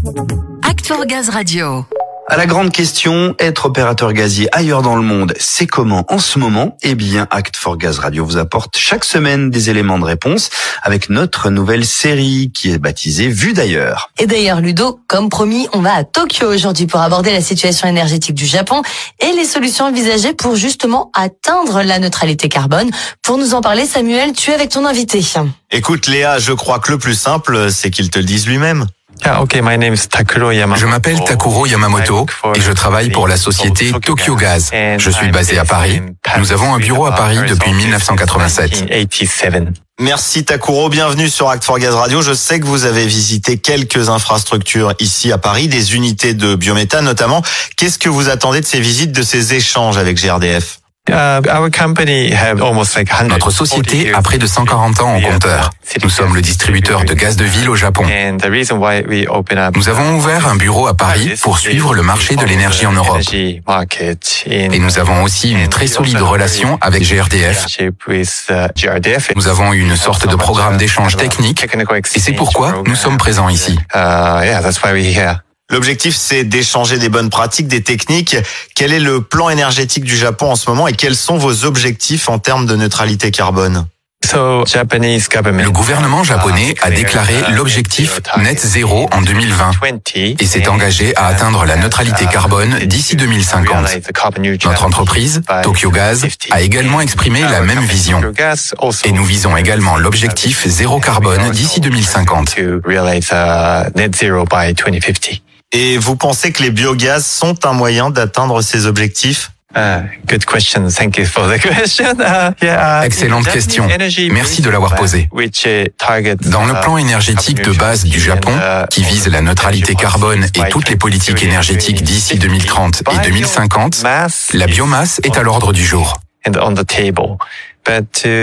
Act for Gaz Radio. À la grande question, être opérateur gazier ailleurs dans le monde, c'est comment en ce moment? Eh bien, Act for Gaz Radio vous apporte chaque semaine des éléments de réponse avec notre nouvelle série qui est baptisée Vue d'ailleurs. Et d'ailleurs, Ludo, comme promis, on va à Tokyo aujourd'hui pour aborder la situation énergétique du Japon et les solutions envisagées pour justement atteindre la neutralité carbone. Pour nous en parler, Samuel, tu es avec ton invité. Écoute Léa, je crois que le plus simple, c'est qu'il te le dise lui-même. Je m'appelle Takuro Yamamoto et je travaille pour la société Tokyo Gas. Je suis basé à Paris. Nous avons un bureau à Paris depuis 1987. Merci Takuro, bienvenue sur Act for Gaz Radio. Je sais que vous avez visité quelques infrastructures ici à Paris, des unités de biométhane notamment. Qu'est-ce que vous attendez de ces visites, de ces échanges avec GRDF ? Notre société a près de 140 ans au compteur. Nous sommes le distributeur de gaz de ville au Japon. Nous avons ouvert un bureau à Paris pour suivre le marché de l'énergie en Europe. Et nous avons aussi une très solide relation avec GRDF. Nous avons une sorte de programme d'échange technique et c'est pourquoi nous sommes présents ici. L'objectif, c'est d'échanger des bonnes pratiques, des techniques. Quel est le plan énergétique du Japon en ce moment et quels sont vos objectifs en termes de neutralité carbone ? Le gouvernement japonais a déclaré l'objectif net zéro en 2020 et s'est engagé à atteindre la neutralité carbone d'ici 2050. Notre entreprise, Tokyo Gas, a également exprimé la même vision. Et nous visons également l'objectif zéro carbone d'ici 2050. Et vous pensez que les biogaz sont un moyen d'atteindre ces objectifs ? Excellente question. Merci de l'avoir posée. Dans le plan énergétique de base du Japon, qui vise la neutralité carbone et toutes les politiques énergétiques d'ici 2030 et 2050, la biomasse est à l'ordre du jour. Mais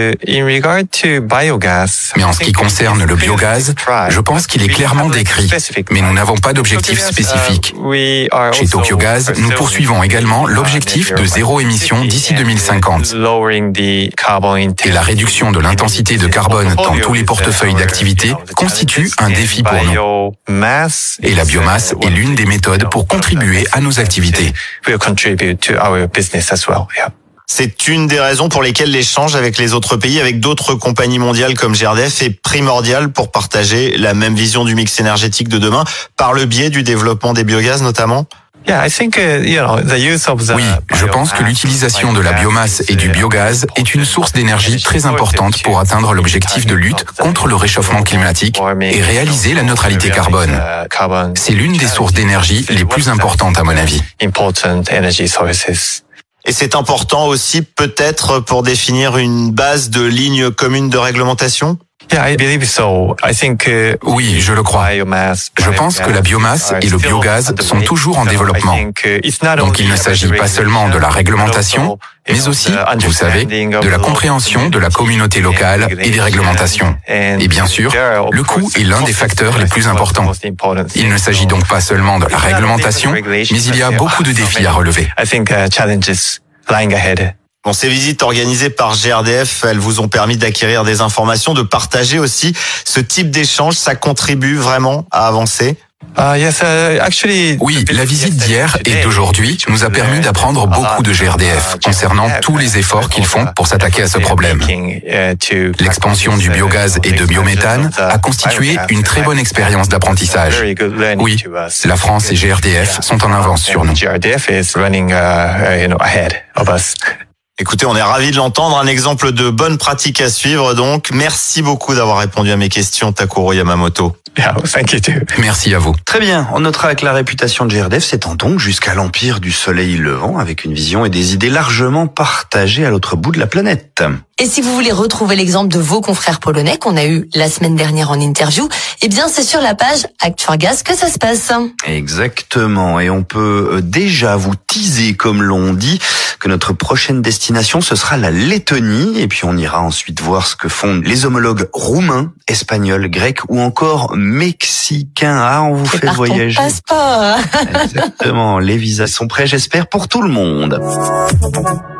en ce qui concerne le biogaz, je pense qu'il est clairement décrit, mais nous n'avons pas d'objectif spécifique. Chez Tokyo Gas, nous poursuivons également l'objectif de zéro émission d'ici 2050. Et la réduction de l'intensité de carbone dans tous les portefeuilles d'activité constitue un défi pour nous. Et la biomasse est l'une des méthodes pour contribuer à nos activités. C'est une des raisons pour lesquelles l'échange avec les autres pays, avec d'autres compagnies mondiales comme GRDF, est primordial pour partager la même vision du mix énergétique de demain, par le biais du développement des biogaz notamment ? Oui, je pense que l'utilisation de la biomasse et du biogaz est une source d'énergie très importante pour atteindre l'objectif de lutte contre le réchauffement climatique et réaliser la neutralité carbone. C'est l'une des sources d'énergie les plus importantes à mon avis. Et c'est important aussi peut-être pour définir une base de ligne commune de réglementation ? Oui, je le crois. Je pense que la biomasse et le biogaz sont toujours en développement. Donc il ne s'agit pas seulement de la réglementation, mais aussi, vous savez, de la compréhension de la communauté locale et des réglementations. Et bien sûr, le coût est l'un des facteurs les plus importants. Il ne s'agit donc pas seulement de la réglementation, mais il y a beaucoup de défis à relever. Bon, ces visites organisées par GRDF, elles vous ont permis d'acquérir des informations, de partager aussi ce type d'échange. Ça contribue vraiment à avancer ? Oui, la visite d'hier et d'aujourd'hui nous a permis d'apprendre beaucoup de GRDF concernant tous les efforts qu'ils font pour s'attaquer à ce problème. L'expansion du biogaz et de biométhane a constitué une très bonne expérience d'apprentissage. Oui, la France et GRDF sont en avance sur nous. Écoutez, on est ravis de l'entendre, un exemple de bonne pratique à suivre donc. Merci beaucoup d'avoir répondu à mes questions, Takuro Yamamoto. Merci à vous. Très bien, on notera que la réputation de GRDF s'étend donc jusqu'à l'empire du soleil levant avec une vision et des idées largement partagées à l'autre bout de la planète. Et si vous voulez retrouver l'exemple de vos confrères polonais qu'on a eu la semaine dernière en interview, eh bien c'est sur la page Act for Gaz que ça se passe. Exactement, et on peut déjà vous teaser, comme l'on dit, que notre prochaine destination, ce sera la Lettonie, et puis on ira ensuite voir ce que font les homologues roumains, espagnols, grecs ou encore mexicains. Ah, on vous fait voyager. Passeport. Exactement, les visas sont prêts, j'espère, pour tout le monde.